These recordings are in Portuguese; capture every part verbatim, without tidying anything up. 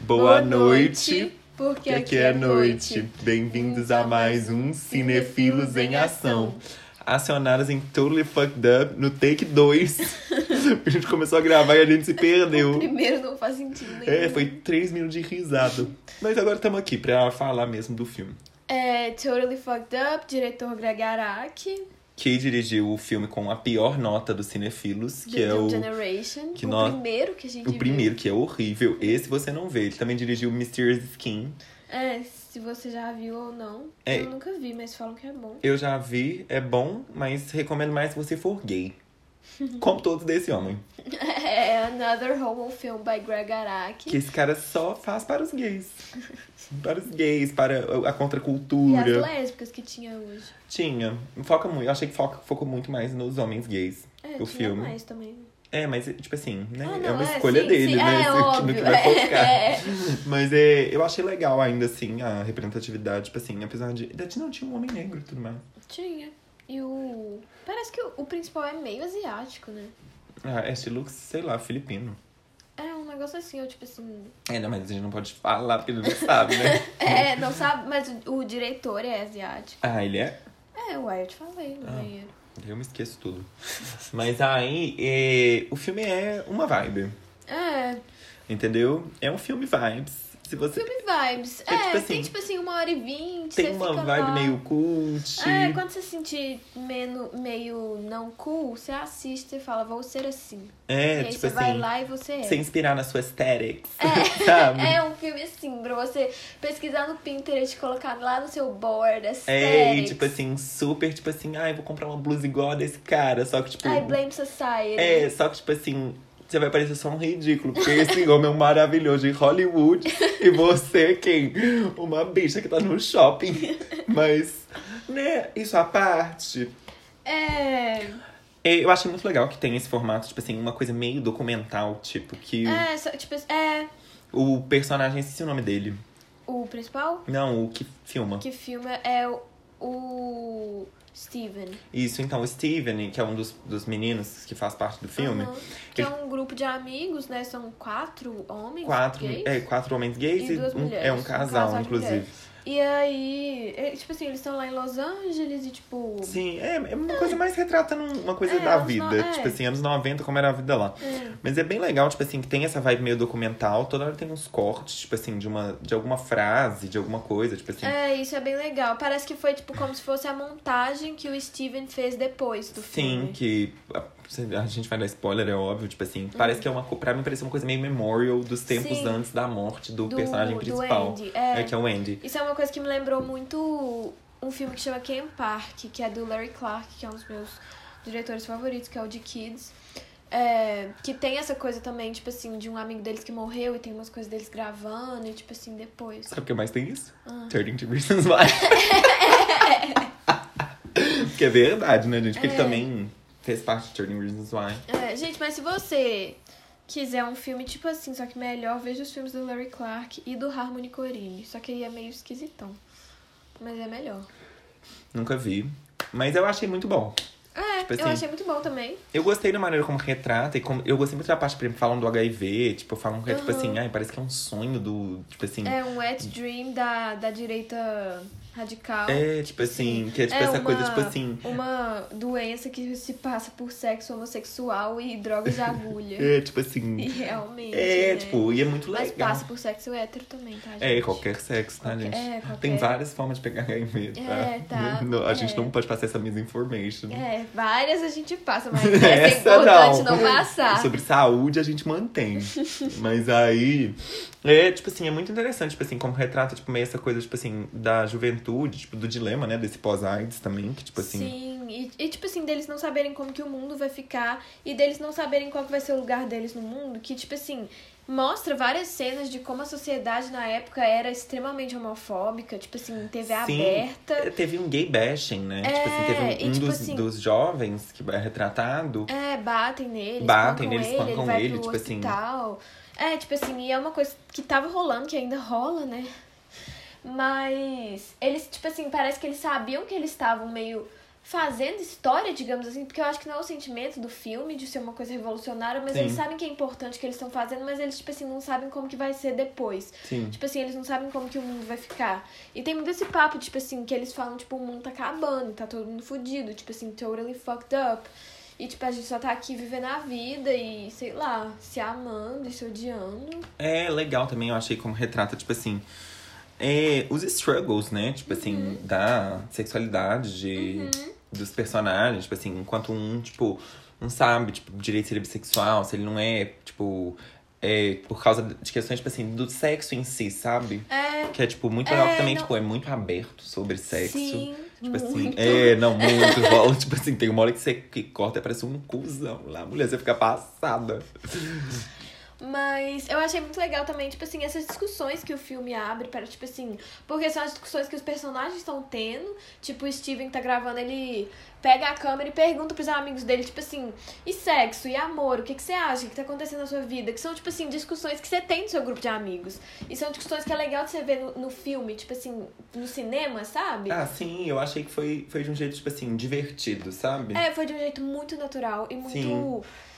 Boa noite, porque aqui é noite. Bem-vindos a mais um Cinefilos em Ação. Acionados em Totally Fucked Up no take dois. A gente começou a gravar e a gente se perdeu. O primeiro não faz sentido nenhum. É, foi três minutos de risada. Mas agora estamos aqui pra falar mesmo do filme. É, Totally Fucked Up, diretor Greg Araki. Que dirigiu o filme com a pior nota dos cinefilos, que The é o... Generation. Que o nós- primeiro que a gente O viu. primeiro, que é horrível. Esse você não vê. Ele também dirigiu Mysterious Skin. É, se você já viu ou não. É. Eu nunca vi, mas falam que é bom. Eu já vi, é bom, mas recomendo mais se você for gay. Como todos desse homem. É Another Homo Film by Greg Araki. Que esse cara só faz para os gays. Para os gays, para a E as contracultura. lésbicas que tinha hoje. Tinha. Foca muito. Eu achei que foca, focou muito mais nos homens gays. É, o tinha filme. mais também. É, mas, tipo assim, né? Ah, é não, uma é, escolha sim, dele, sim. né? É, Esse- no óbvio. que vai focar. É. Mas é, eu achei legal ainda, assim, a representatividade, tipo assim, apesar de. Não, tinha um homem negro e tudo mais. Tinha. E o... Parece que o, o principal é meio asiático, né? Ah, Ashley Lux, sei lá, filipino. É um negócio assim, eu tipo assim... É, não, mas a gente não pode falar porque ele não sabe, né? É, não sabe, mas o, o diretor é asiático. Ah, ele é? É, uai, eu te falei no Ah. banheiro. Eu me esqueço tudo. Mas aí, é, o filme é uma vibe, É, entendeu? É um filme vibes. Se você filme vibes. É, É, tipo assim, tem tipo assim, uma hora e vinte, tem você uma fica vibe lá. meio cult. É, quando você sentir meio, meio não cool, você assiste e fala, vou ser assim. É, e aí tipo você assim, vai lá e você é. se inspirar na sua aesthetics, É, sabe? é um filme assim, pra você pesquisar no Pinterest, colocar lá no seu board, É, aesthetics. e tipo assim, super, tipo assim, ai, vou comprar uma blusa igual a desse cara, só que tipo... Ai, Blame Society. É, só que tipo assim, você vai parecer só um ridículo, porque esse homem é um maravilhoso de Hollywood e você quem? Uma bicha que tá no shopping. Mas, né, isso à parte... É, Eu achei muito legal que tem esse formato, tipo assim, uma coisa meio documental, tipo, que é, só- tipo, é, o personagem, esqueci o nome dele. o principal Não, o que filma. que filma é o, o Steven. Isso, então, o Steven, que é um dos, dos meninos que faz parte do filme. Aham. Que ele- é um grupo de amigos, né? São quatro homens Quatro, gays. é, quatro homens gays E e, duas um, mulheres. é um Um casal, casal de inclusive. mulheres. E aí, é, tipo assim, eles estão lá em Los Angeles e tipo... Sim, é, é uma coisa mais retratando uma coisa É, da anos vida. no- é. Tipo assim, anos noventa, como era a vida lá. É. Mas é bem legal, tipo assim, que tem essa vibe meio documental. Toda hora tem uns cortes, tipo assim, de, uma, de alguma frase, de alguma coisa, tipo assim. É, isso é bem legal. Parece que foi tipo como se fosse a montagem que o Steven fez depois do filme. Sim, que a, a gente vai dar spoiler, é óbvio, tipo assim, parece que é uma co- pra mim parece uma coisa meio memorial dos tempos Sim. antes da morte do, Do- personagem do principal. Andy, é. que é o Andy. Isso é uma coisa que me lembrou muito um filme que chama Ken Park, que é do Larry Clark, que é um dos meus diretores favoritos, que é o de Kids. É, que tem essa coisa também, tipo assim, de um amigo deles que morreu e tem umas coisas deles gravando e tipo assim, depois. Sabe o que mais tem isso? Ah. thirteen Reasons Why. Que é verdade, né, gente? Porque ele É. também fez parte de thirteen Reasons Why. É, gente, mas se você quiser um filme tipo assim, só que melhor, veja os filmes do Larry Clark e do Harmony Korine. Só que aí é meio esquisitão. Mas é melhor. Nunca vi. Mas eu achei muito bom. É, Tipo eu assim, achei muito bom também. Eu gostei da maneira como retrata e como, eu gostei muito da parte, por exemplo, falam do H I V, tipo, falam que é tipo Uhum. assim, ai, parece que é um sonho do, tipo assim, É um wet dream da, da direita radical. é, tipo assim, que é tipo É essa uma- coisa, tipo assim, Uma doença que se passa por sexo homossexual e drogas de agulha. é, tipo E assim, realmente, é, né? tipo, e é muito Mas legal. passa por sexo hétero também, tá, gente? É, qualquer sexo, tá, Qualquer- gente? é, qualquer- Tem várias formas de pegar H I V, tá? É, tá, Não- a é. gente não pode passar essa misinformation. É, várias a gente passa, mas essa é Essa importante não, passar. Sobre saúde a gente mantém. Mas aí, é, tipo assim, é muito interessante, tipo assim, como retrata, tipo, meio essa coisa, tipo assim, da juventude, tipo, do dilema, né, desse pós-AIDS também, que, tipo assim... Sim, e, e tipo assim, deles não saberem como que o mundo vai ficar e deles não saberem qual que vai ser o lugar deles no mundo, que, tipo assim, mostra várias cenas de como a sociedade na época era extremamente homofóbica, tipo assim, T V Sim, aberta. é, teve um gay bashing, né? É, tipo assim, teve um, e, um tipo dos, assim- dos jovens que é retratado. É, batem nele, Batem espancam nele, ele, espancam ele vai ele, pro tipo assim. hospital. É, tipo assim, e é uma coisa que tava rolando, que ainda rola, né? Mas eles, tipo assim, parece que eles sabiam que eles estavam meio fazendo história, digamos assim, porque eu acho que não é o sentimento do filme de ser uma coisa revolucionária, mas Sim. eles sabem que é importante o que eles estão fazendo, mas eles, tipo assim, não sabem como que vai ser depois. Sim. Tipo assim, eles não sabem como que o mundo vai ficar. E tem muito esse papo, tipo assim, que eles falam, tipo, o mundo tá acabando, tá todo mundo fudido, tipo assim, totally fucked up. E, tipo, a gente só tá aqui vivendo a vida e, sei lá, se amando e se odiando. É legal também, eu achei como retrata, tipo assim, é, os struggles, né? Tipo assim, Uhum. da sexualidade de, Uhum. dos personagens, tipo assim, enquanto um, tipo, não sabe, tipo, direito se ele é bissexual, se ele não é, tipo, é por causa de questões, tipo assim, do sexo em si, sabe? É. Que é, tipo, muito legal, É, que também, não- tipo, é muito aberto sobre sexo. Sim, Tipo assim, muito. é, não, muito rola. Tipo assim, tem uma hora que você que corta e parece um cuzão lá, mulher, você fica passada. Mas eu achei muito legal também, tipo assim, essas discussões que o filme abre para, tipo assim, porque são as discussões que os personagens estão tendo. Tipo, o Steven tá gravando, ele pega a câmera e pergunta pros amigos dele, tipo assim, e sexo, e amor, o que, que você acha que tá acontecendo na sua vida? Que são, tipo assim, discussões que você tem no seu grupo de amigos. E são discussões que é legal de você ver no, no filme, tipo assim, no cinema, sabe? Ah, sim, eu achei que foi, foi de um jeito, tipo assim, divertido, sabe? É, foi de um jeito muito natural e muito. Sim.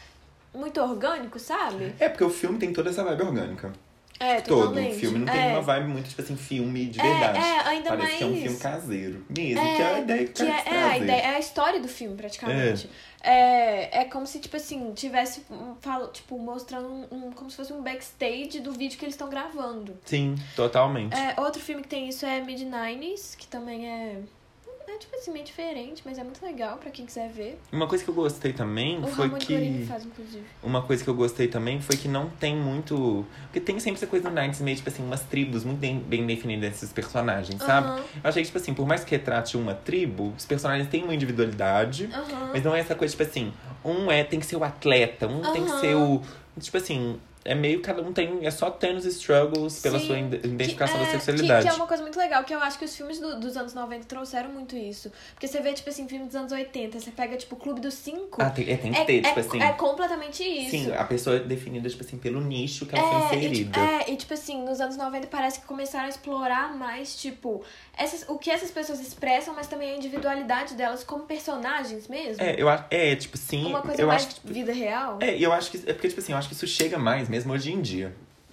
Muito orgânico, sabe? É, porque o filme tem toda essa vibe orgânica. É, Todo. totalmente. O filme não tem é. uma vibe muito, tipo assim, filme de É, verdade. é, ainda Parece mais. que é um filme caseiro. Mesmo, É, que é a ideia que, que eu é, quero é, a trazer. ideia, é a história do filme, praticamente. É. É, como se, tipo assim, tivesse, um, falo, tipo, mostrando um, um- como se fosse um backstage do vídeo que eles estão gravando. Sim, totalmente. É, outro filme que tem isso é Mid-nineties, que também é, é, tipo assim, meio diferente, mas é muito legal pra quem quiser ver. Uma coisa que eu gostei também O foi Ramon Corino que... faz, inclusive. Uma coisa que eu gostei também foi que não tem muito... Porque tem sempre essa coisa no nineties, meio, tipo assim, umas tribos muito bem, bem definidas desses personagens, sabe? Aham, Eu achei que, tipo assim, por mais que retrate uma tribo, os personagens têm uma individualidade. aham. Mas não é essa coisa, tipo assim, um é, tem que ser o atleta, um tem que Aham. ser o... Tipo assim, é meio cada um tem... É só tendo os struggles pela Sim, sua ide- identificação que, da é, sexualidade. Que, que é uma coisa muito legal, que eu acho que os filmes do- dos anos noventa trouxeram muito isso. Porque você vê, tipo assim, filme dos anos oitenta, você pega, tipo, o Clube dos Cinco. Ah, tem, é, tem que é, ter, é, tipo assim... é completamente isso. Sim, a pessoa é definida, tipo assim, pelo nicho que ela foi É, e, inserida. tipo- é, e tipo assim, nos anos noventa parece que começaram a explorar mais, tipo, essas, o que essas pessoas expressam, mas também a individualidade delas como personagens mesmo. É, eu acho... É, tipo, sim... Uma coisa eu mais acho que, tipo, vida real. É, e eu acho que... É porque, tipo assim, eu acho que isso chega mais mesmo hoje em dia.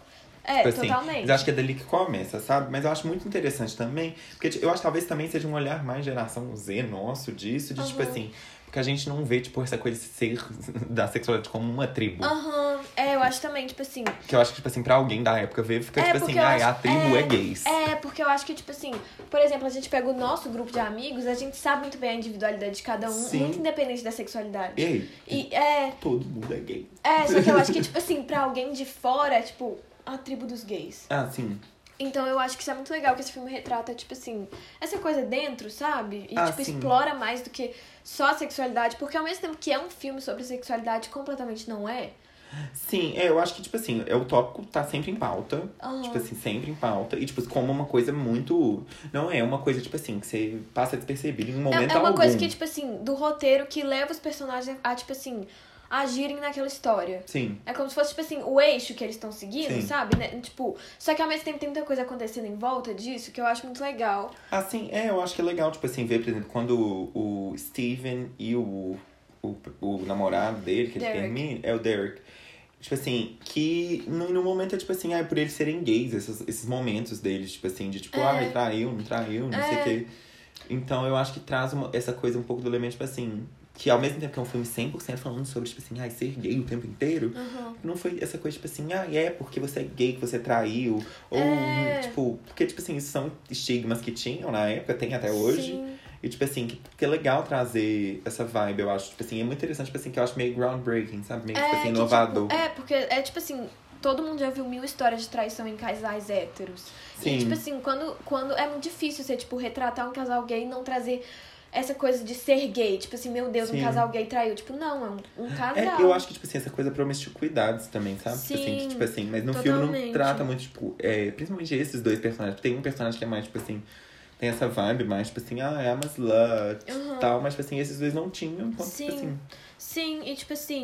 É, Tipo assim, totalmente. mas eu acho que é dali que começa, sabe? Mas eu acho muito interessante também. Porque tipo, eu acho que talvez também seja um olhar mais geração Z nosso disso. De, tipo Uhum. assim... Porque a gente não vê, tipo, essa coisa de ser da sexualidade como uma tribo. Aham, é, eu acho também, tipo assim. Que eu acho que, tipo assim, pra alguém da época ver, fica É, tipo porque assim, eu ai, acho- a tribo é, gays. É, porque eu acho que, tipo assim, por exemplo, a gente pega o nosso grupo de amigos, a gente sabe muito bem a individualidade de cada um, Sim. muito independente da sexualidade. E aí? E é, Todo mundo é gay. é, só que eu acho que, tipo assim, pra alguém de fora, é tipo, a tribo dos gays. Ah, sim. Então eu acho que isso é muito legal, que esse filme retrata, tipo assim, essa coisa dentro, sabe? E, Ah, tipo, sim. explora mais do que só a sexualidade, porque ao mesmo tempo que é um filme sobre sexualidade, completamente não é. Sim, é, eu acho que, tipo assim, é, o tópico tá sempre em pauta. Aham. Tipo assim, sempre em pauta. E, tipo, como uma coisa muito... Não é uma coisa, tipo assim, que você passa despercebido em um momento É, é uma algum. coisa que, tipo assim, do roteiro que leva os personagens a, tipo assim, agirem naquela história. Sim. É como se fosse, tipo assim, o eixo que eles estão seguindo, Sim. sabe? Né? Tipo, só que ao mesmo tempo tem muita coisa acontecendo em volta disso que eu acho muito legal. Assim, é, eu acho que é legal, tipo assim, ver, por exemplo, quando o, o Steven e o, o, o namorado dele, que ele Derek. termina, é o Derek. Tipo assim, que no, no momento é tipo assim, ah, por eles serem gays, esses, esses momentos deles, tipo assim, de tipo, É. ai, traiu, não traiu, não sei o É. quê. Então eu acho que traz uma, essa coisa um pouco do elemento, tipo assim, que ao mesmo tempo que é um filme cem por cento falando sobre, tipo assim, ai, ser gay o tempo inteiro, Uhum. não foi essa coisa, tipo assim, ah, é porque você é gay que você traiu. Ou, É. tipo, porque, tipo assim, isso são estigmas que tinham na época, tem até hoje. Sim. E, tipo assim, que, que é legal trazer essa vibe, eu acho. Tipo assim, é muito interessante, tipo assim, que eu acho meio groundbreaking, sabe? Meio, tipo assim, que, inovador. tipo, é, porque é tipo assim, todo mundo já viu mil histórias de traição em casais héteros. Sim. E, tipo assim, quando, quando é muito difícil você, tipo, retratar um casal gay e não trazer essa coisa de ser gay. Tipo assim, meu Deus, Sim. um casal gay traiu. Tipo, não, é um, um casal. É, eu acho que, tipo assim, essa coisa promiscuidades também, sabe? Tipo assim, Sim, que, tipo assim, mas no filme não totalmente. trata muito, tipo, é, principalmente esses dois personagens. Tem um personagem que é mais, tipo assim, tem essa vibe mais, tipo assim, ah, é uma slut Uhum. e tal, mas, tipo assim, esses dois não tinham, então, Sim. tipo assim. Sim, e tipo assim,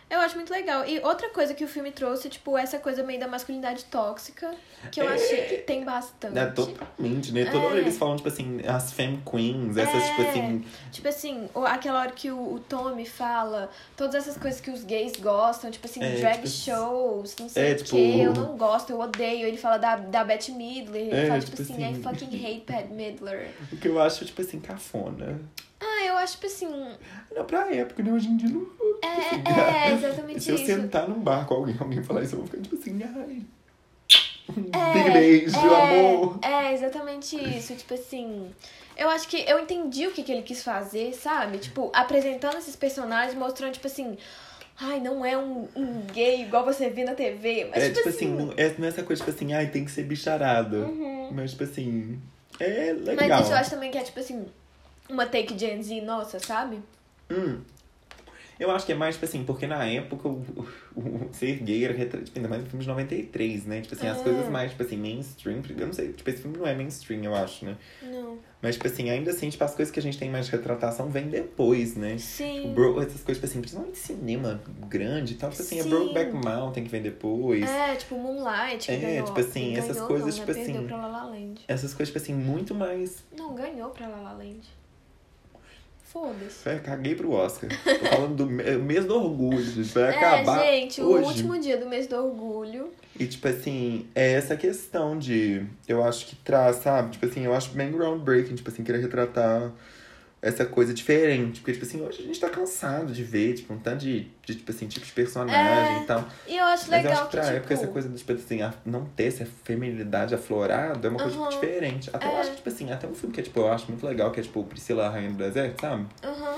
Eu acho muito legal. E outra coisa que o filme trouxe, tipo, essa coisa meio da masculinidade tóxica, que eu É. achei que tem bastante. É, totalmente, né? Toda É. hora eles falam, tipo assim, as femme queens, essas, É. tipo assim... Tipo assim, o- aquela hora que o, o Tommy fala todas essas coisas que os gays gostam, tipo assim, É, drag tipo, shows, não sei é, o tipo, quê, eu não gosto, eu odeio. Ele fala da, da Bette Midler, ele É, fala tipo tipo assim, assim. I fucking hate Bette Midler. O que eu acho, tipo assim, cafona. Ah, eu acho, tipo assim, Não, pra época, né? Hoje em dia não... é, é exatamente Se eu isso. sentar num bar com alguém, alguém falar isso, eu vou ficar tipo assim, ai... É, Beijo, é, amor. É, exatamente isso. Tipo assim, eu acho que eu entendi o que, que ele quis fazer, sabe? Tipo, apresentando esses personagens, mostrando, tipo assim, ai, não é um, um gay igual você vê na T V. Mas, É, tipo, tipo assim. assim, não é, não é essa coisa, tipo assim, ai, tem que ser bicharada. Uhum. Mas, tipo assim, é legal. Mas isso eu acho também que é, tipo assim, uma take Gen Z nossa, sabe? Hum. Eu acho que é mais, tipo assim, porque na época o, o, o ser gay era retratado, tipo, ainda mais no filme de noventa e três, né? Tipo assim, as É. coisas mais, tipo assim, mainstream. Eu não sei, tipo, esse filme não é mainstream, eu acho, né? Não. Mas, tipo assim, ainda assim, tipo, as coisas que a gente tem mais de retratação vêm depois, né? Sim. Bro, essas coisas, tipo assim, principalmente cinema grande e tal, tipo assim, é Sim. Brokeback Mountain que vem depois. É, tipo, Moonlight, que É, ganhou. tipo assim, ganhou, essas coisas, não, tipo né? Perdeu assim- pra La La Land. Essas coisas, tipo assim, muito mais... Não, ganhou pra La La Land. Foda-se. É, caguei pro Oscar. Tô falando do me- mês do orgulho, gente. Vai É, acabar gente, hoje. o último dia do mês do orgulho. E, tipo assim, é essa questão de... Eu acho que traz, sabe? Tipo assim, eu acho bem groundbreaking, tipo assim, querer retratar essa coisa diferente. Porque, tipo assim, hoje a gente tá cansado de ver, tipo, um tanto de, de tipo assim, tipo de personagem É, e tal. E eu acho Mas eu legal acho que pra que, época tipo... essa coisa de, tipo assim, a- não ter essa feminilidade aflorada é uma coisa Aham. tipo, diferente. Até eu É. acho que, tipo assim, até um filme que é, tipo, eu acho muito legal, que é, tipo, Priscila, a Rainha do Deserto, sabe? Aham.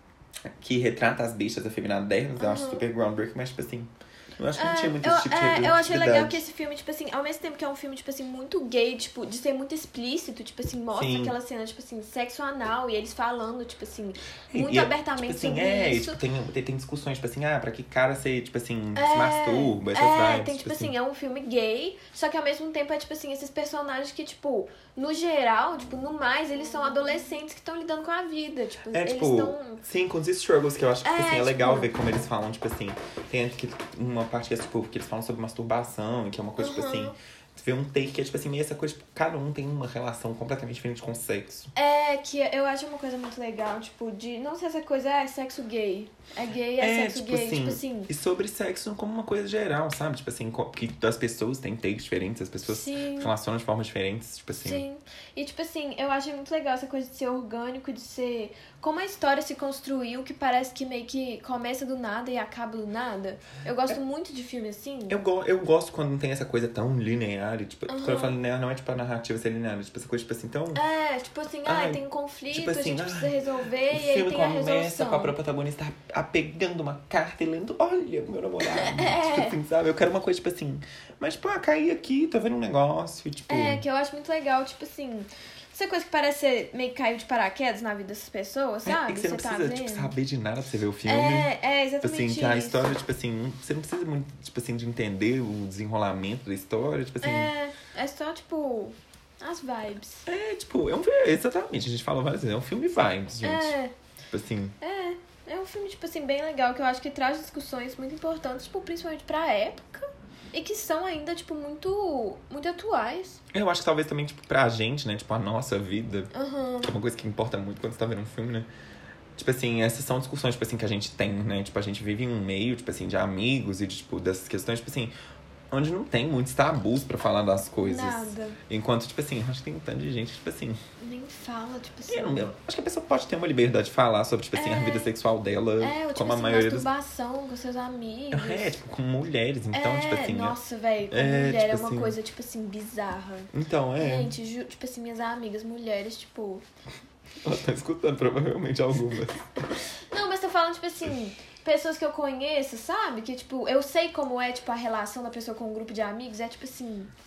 Que retrata as bichas afeminadas, eu acho Aham. super groundbreaking, mas, tipo assim, eu acho que não É, tinha muito eu, esse tipo de é, eu achei representatividade. legal que esse filme, tipo assim, ao mesmo tempo que é um filme, tipo assim, muito gay, tipo, de ser muito explícito, tipo assim, mostra Sim. aquela cena, tipo assim, sexo anal, e eles falando, tipo assim, E- muito e é, abertamente tipo assim, sobre é, e, isso. tipo, tem, tem, tem discussões, tipo assim, ah, pra que cara ser, tipo assim, É, se masturba, essas é, vibes. tem, tipo assim, é um filme gay, só que ao mesmo tempo é, tipo assim, esses personagens que, tipo, no geral, tipo, no mais, eles são adolescentes que estão lidando com a vida, tipo, É, eles tipo, estão... sim, com os struggles, que eu acho que, tipo, É, assim, é tipo- legal ver como eles falam, tipo assim, tem aqui uma parte que é, tipo, que eles falam sobre masturbação, que é uma coisa, tipo Uhum. assim, vê um take que é, tipo assim, meio essa coisa, tipo, cada um tem uma relação completamente diferente com o sexo. É, que eu acho uma coisa muito legal, tipo, de... Não sei se essa coisa é sexo gay. É gay, é, sexo tipo gay, assim, tipo assim... e sobre sexo como uma coisa geral, sabe? Tipo assim, co- que as pessoas têm takes diferentes, as pessoas Sim. se relacionam de formas diferentes, tipo assim. Sim. E, tipo assim, eu achei muito legal essa coisa de ser orgânico, de ser... Como a história se construiu, que parece que meio que começa do nada e acaba do nada. Eu gosto muito de filme assim. Eu, go eu gosto quando não tem essa coisa tão linear, e, tipo, Uhum. quando eu falo linear, não é tipo a narrativa ser linear, é tipo essa coisa, tipo assim, tão... É, tipo assim, ah, Ai, tem um conflito, tipo assim, a gente ah, precisa resolver, O e aí filme tem a começa resolução. com a própria protagonista apegando uma carta e lendo, olha, meu namorado. É. Tipo assim, sabe? Eu quero uma coisa, tipo assim, mas, tipo, ah, caí aqui, tô vendo um negócio, e, tipo... É, que eu acho muito legal, tipo assim... Essa coisa que parece ser meio que caiu de paraquedas na vida dessas pessoas, É, sabe? e que você não tá precisa, vendo? tipo, saber de nada pra você ver o filme. É, é Tipo exatamente assim, que a isso. história, tipo assim, você não precisa muito, tipo assim, de entender o desenrolamento da história, tipo assim. É, é só, tipo, as vibes. É, tipo, é um filme, exatamente, a gente falou várias vezes, é um filme vibes, gente. É, Tipo assim, é. É um filme, tipo assim, bem legal, que eu acho que traz discussões muito importantes, tipo, principalmente pra época. E que são ainda, tipo, muito, muito atuais. eu acho que talvez também, tipo, pra gente, né, tipo, a nossa vida, Aham. que é uma coisa que importa muito quando você tá vendo um filme, né? Tipo assim, essas são discussões, tipo assim, que a gente tem, né? Tipo, a gente vive em um meio, tipo assim, de amigos e, de, tipo, dessas questões, tipo assim, onde não tem muitos tabus pra falar das coisas. Nada. Enquanto, tipo assim, eu acho que tem um tanto de gente, tipo assim... Nem fala, tipo assim. Eu, não- eu acho que a pessoa pode ter uma liberdade de falar sobre, tipo assim, a É. vida sexual dela, É, ou tipo como a assim, maioria dos... masturbação com seus amigos. É, tipo, com mulheres, então, É, tipo assim... né? nossa, velho, com É, mulher tipo é uma assim- coisa, tipo assim, bizarra. Então, é... Gente, ju- tipo assim, minhas amigas, mulheres, tipo... Ela tá escutando, provavelmente, algumas. Não, mas tô falando, tipo assim, pessoas que eu conheço, sabe? Que, tipo, eu sei como é, tipo, a relação da pessoa com um grupo de amigos. É, tipo assim...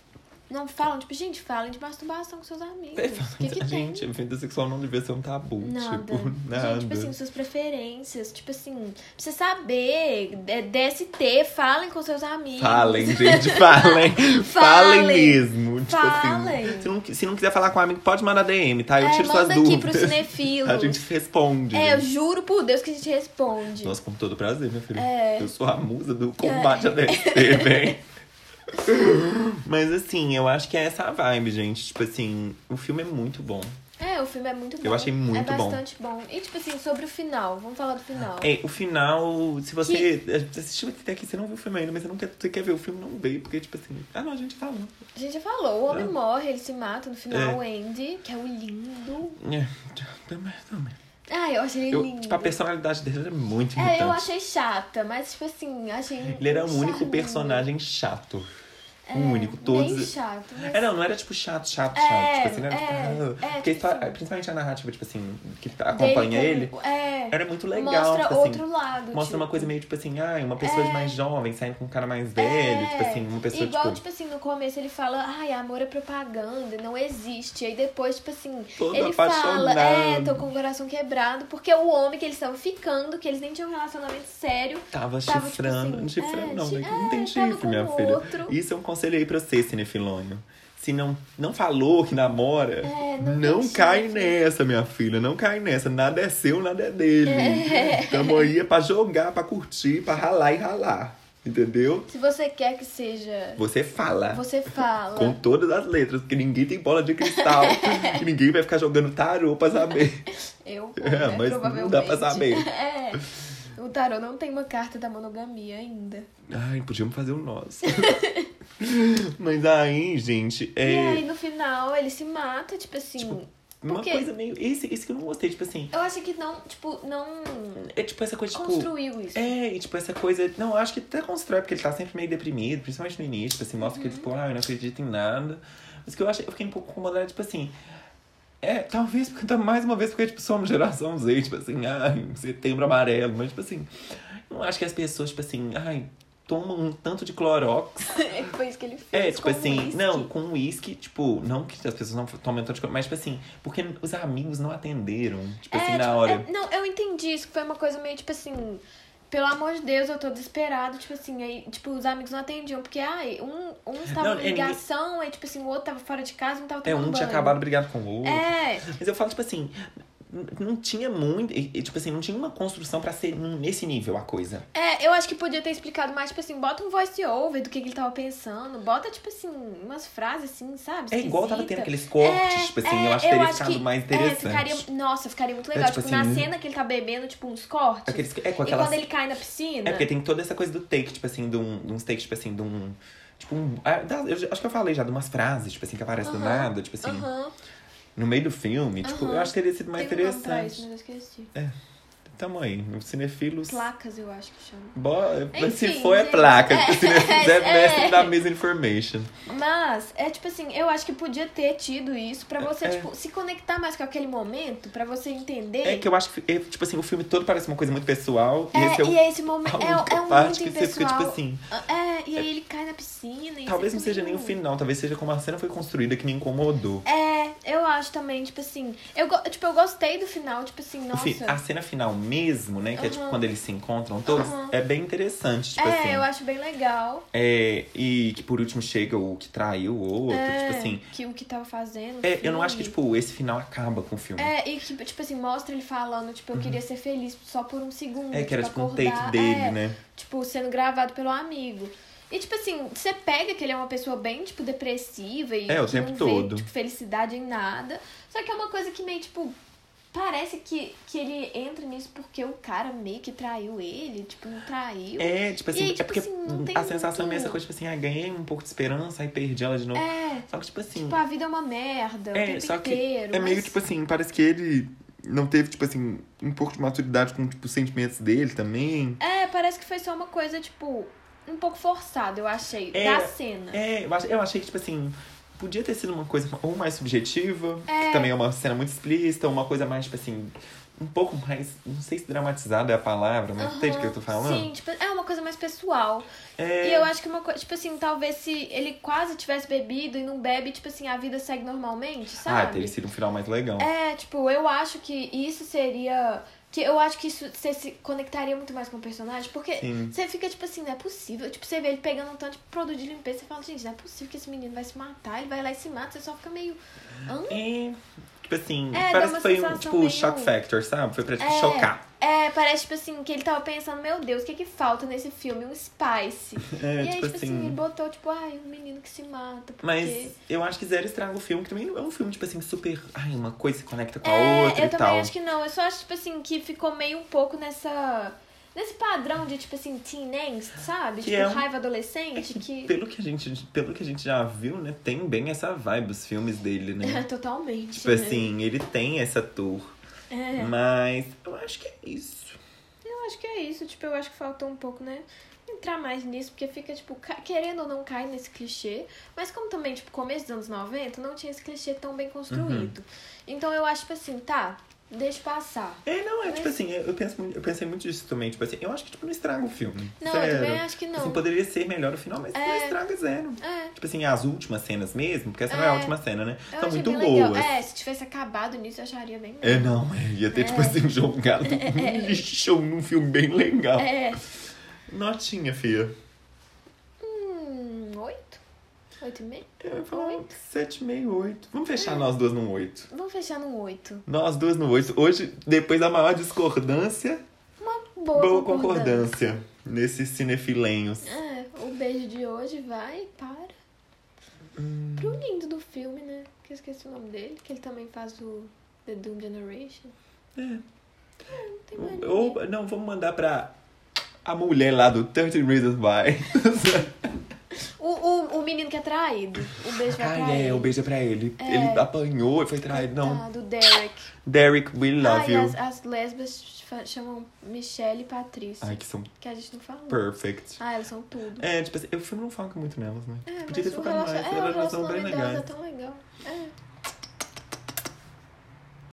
Não falam, tipo, gente, falem de masturbação com seus amigos. O que que tem? Gente, a vida sexual não devia ser um tabu. Nada. Tipo, nada. Gente, tipo assim, suas preferências. Tipo assim, pra você saber, D S T, falem com seus amigos. Falem, gente, falem. falem. Falem mesmo. Tipo Falem. assim, se não, se não quiser falar com um amigo, pode mandar D M, tá? Eu É, tiro suas manda aqui dúvidas. pro Cinefilos. A gente responde. É, eu gente. juro por Deus que a gente responde. Nossa, com todo prazer, minha filha. É. Eu sou a musa do combate a D S T, vem. Mas assim, eu acho que é essa a vibe, gente. Tipo assim, o filme é muito bom. É, o filme é muito bom. Eu achei muito é bom. bastante bom. E, tipo assim, sobre o final. Vamos falar do final. É, o final, se você assistiu até aqui, você não viu o filme ainda, mas você não quer, você quer ver o filme, não veio, porque, tipo assim, ah, não, a gente falou. A gente já falou, o homem É. morre, ele se mata no final, É. o Andy, que é o lindo. É, também, também. Ah, eu achei ele Eu, lindo. tipo, a personalidade dele era muito irritante. É, eu achei chata, mas, tipo assim, achei. Ele era o único charmoso. personagem chato. É, o único, todos. Bem chato, mas... É, não, não era tipo chato, chato, É, chato. Tipo assim, não era, é, tipo, ah, é, porque tipo só- assim, principalmente a narrativa, tipo assim, que dele acompanha ele, como- É, era muito legal. mostra tipo outro assim, lado. mostra tipo. uma coisa meio tipo assim, ah, uma pessoa de É. mais jovem saindo com um cara mais velho, tipo assim, uma pessoa Igual, tipo. tipo assim, no começo ele fala, ai, amor é propaganda, não existe. Aí depois, tipo assim, Todo ele fala, apaixonado. é, tô com o coração quebrado, porque o homem que eles estavam ficando, que eles nem tinham um relacionamento sério, Tava, Tava, tipo chifrando. assim, chifrando, é, não, chi- né? Não tem é, tava chifre, com minha o filha. outro. Isso é um conselho aí pra você, cinefilônio. Se não, não falou que namora, É, não não, tem cai chifre. nessa, minha filha. Não cai nessa. Nada é seu, nada é dele. É. Tamo aí é pra jogar, pra curtir, pra ralar e ralar. Entendeu? se você quer que seja, Você fala. você fala. Com todas as letras, porque ninguém tem bola de cristal. E ninguém vai ficar jogando tarô pra saber. Eu, É, né, mas não dá pra saber. É. O tarô não tem uma carta da monogamia ainda. Ai, podíamos fazer o nosso. Mas aí, gente, é. E aí, no final, ele se mata, tipo assim... Uma porque- coisa meio. Esse, esse que eu não gostei, tipo assim. Eu acho que não, tipo, não É tipo essa coisa, tipo. construiu isso. É, e tipo, essa coisa. Não, eu acho que até constrói, porque ele tá sempre meio deprimido, principalmente no início, tipo assim, mostra que ele, tipo, ah, eu não acredito em nada. Mas que eu achei, eu fiquei um pouco incomodada, tipo assim. É, talvez, porque mais uma vez, porque, tipo, somos geração Z, tipo assim, ai, setembro amarelo, mas, tipo assim, eu não acho que as pessoas, tipo assim, ai, tomam um tanto de Clorox. Foi isso que ele fez. É, tipo com assim, whisky. não, com uísque, tipo, não que as pessoas não tomem tanto de coisa, mas, tipo assim, porque os amigos não atenderam, tipo É, assim, na tipo, hora. é- não, eu entendi isso, que foi uma coisa meio, tipo assim... Pelo amor de Deus, eu tô desesperado, tipo assim, aí, tipo, os amigos não atendiam, porque, ai, um, um estava Não, em é, ligação, aí, tipo assim, o outro tava fora de casa, não tava É, tomando um tinha banho. acabado brigado com o outro. É, Mas eu falo, tipo assim, n- não tinha muito. e, e, tipo assim, não tinha uma construção pra ser num- nesse nível a coisa. é, eu acho que podia ter explicado mais, tipo assim, bota um voice over do que, que ele tava pensando, bota, tipo assim, umas frases assim, sabe? É igual tava esquisita. tendo aqueles cortes, É, tipo assim, é, eu acho que teria acho ficado que- mais é, interessante. ficaria, nossa, ficaria muito É, legal. tipo tipo, na assim, cena que ele tá bebendo, tipo, uns cortes. Aqueles, é, com E aquelas. quando ele cai na piscina. É porque tem toda essa coisa do take, tipo assim, de, um, de uns takes, tipo assim, de um. Tipo um. ah, da- eu já- acho que eu falei já de umas frases, tipo assim, que aparecem do Aham, nada, tipo assim, Aham. no meio do filme. Tipo, Aham. eu acho que teria sido mais Tem um nome pra interessante. isso, mas eu esqueci. Tamo aí, no Cinefilos. Placas, eu acho que chama. Bo- se Enfim, for, é gente. placa. É, Cinefilos é é. mestre da misinformation. Mas, é tipo assim, eu acho que podia ter tido isso pra você, É. tipo, se conectar mais com aquele momento, pra você entender. É que eu acho que, é, tipo assim, o filme todo parece uma coisa muito pessoal. É, e esse é o, e é esse momento. a É, única é um parte muito que você fica, tipo impessoal. assim. É, e aí ele cai na piscina. E Talvez você não fica seja nem o meio- final, talvez seja como a cena foi construída que me incomodou. É, eu acho também, tipo assim. Eu, go- tipo, eu gostei do final, tipo assim, O nossa. fi- a cena final mesmo, né? Que é tipo Aham. quando eles se encontram todos, Aham. é bem interessante, tipo é, assim. eu acho bem legal. É, e que por último chega o que traiu o outro, É, tipo assim. que o que tava fazendo. o É, eu não acho que, filme. tipo, esse final acaba com o filme. É, e que, tipo assim, mostra ele falando, tipo, eu queria ser feliz só por um segundo. Uhum. É, que era tipo um acordar, take dele, é, né? Tipo, sendo gravado pelo amigo. E, tipo assim, você pega que ele é uma pessoa bem, tipo, depressiva e É, o que tempo não todo. vê, tipo, felicidade em nada. Só que é uma coisa que meio, tipo, parece que, que ele entra nisso porque o cara meio que traiu ele, tipo, não traiu. É, tipo assim, E aí, é tipo porque assim, não tem a sensação é muito- meio essa coisa, tipo assim, ah, ganhei um pouco de esperança, aí perdi ela de novo. É, Só que, tipo assim. tipo, a vida é uma merda, É, o tempo só que inteiro. é meio mas- tipo assim, parece que ele não teve, tipo assim, um pouco de maturidade com, tipo, os sentimentos dele também. É, parece que foi só uma coisa, tipo, um pouco forçada, eu achei, É, da cena. É, eu, ach- eu achei que, tipo assim, podia ter sido uma coisa ou mais subjetiva, É. que também é uma cena muito explícita, ou uma coisa mais, tipo assim, um pouco mais, não sei se dramatizada é a palavra, mas entende o que eu tô falando? Sim, tipo, é uma coisa mais pessoal. É... E eu acho que uma coisa, tipo assim, talvez se ele quase tivesse bebido e não bebe, tipo assim, a vida segue normalmente, sabe? Ah, teria sido um final mais legal. É, tipo, eu acho que isso seria... Que eu acho que isso você se conectaria muito mais com o personagem, porque Sim. você fica, tipo assim, não é possível. Tipo, você vê ele pegando um tanto de produto de limpeza, você fala, gente, não é possível que esse menino vai se matar, ele vai lá e se mata, você só fica meio... Hã? E, tipo assim, É, dá parece uma que foi um, sensação tipo, meio- shock factor, sabe? Foi pra, tipo, É. chocar. É, parece, tipo assim, que ele tava pensando, meu Deus, o que que falta nesse filme? Um Spice. É, e aí, tipo tipo assim, assim... ele botou, tipo, ai, um menino que se mata, porque... Mas eu acho que zero estraga o filme, que também não é um filme, tipo assim, super... Ai, uma coisa se conecta com a É, outra eu e também tal. acho que não. Eu só acho, tipo assim, que ficou meio um pouco nessa... Nesse padrão de, tipo assim, teen angst, sabe? Que tipo, é um- raiva adolescente, que... Pelo que, a gente, pelo que a gente já viu, né? Tem bem essa vibe os filmes dele, né? Totalmente, Tipo né? assim, ele tem essa tour. É, Mas eu acho que é isso. eu acho que é isso. Tipo, eu acho que faltou um pouco, né? Entrar mais nisso, porque fica, tipo, ca- querendo ou não, cai nesse clichê. Mas como também, tipo, começo dos anos noventa, não tinha esse clichê tão bem construído. Então eu acho, tipo assim, tá, deixa passar. É, não, é Mas- tipo assim, eu, eu penso, muito- eu pensei muito disso também. Tipo assim, eu acho que tipo, não estraga o filme. Não, Zero. eu também acho que não. Assim, poderia ser melhor o final, mas não É. estraga zero. É. Tipo assim, as últimas cenas mesmo, porque essa não é a É. última cena, né? Eu São achei muito bem legal. boas. É, se tivesse acabado nisso, eu acharia bem É, legal. não, é, ia ter, tipo assim, jogado um lixão num filme bem legal. É. Notinha, fia. Hum, oito? Oito e meio? Eu ia falar Oito. sete, meio, oito. Vamos fechar nós duas num oito. Vamos fechar num oito. Nós duas no oito. Hoje, depois da maior discordância, Uma boa, boa concordância. concordância nesses cinefilenhos. É, o beijo de hoje vai para Hum, pro lindo do filme, né? Que eu esqueci o nome dele, que ele também faz o The Doom Generation. é. Não tem mais ninguém. Ou, não, vamos mandar pra a mulher lá do thirteen Reasons Why. O, o, o menino que é traído. O beijo vai pra Ai, é, ele. o beijo é pra ele. É. Ele apanhou e foi traído. Não, Tá, do Derek. Derek, we Ah, love e you. as, as lésbicas fa- chamam Michelle e Patrícia. Ai, que são Que a gente não falou. perfect. Ah, elas são tudo. É, tipo assim, o filme não foca muito nelas, né? É, Podia ter mas o focado relacion- mais, é, o elas não são bem relacionamento delas legais. é tão legal. É.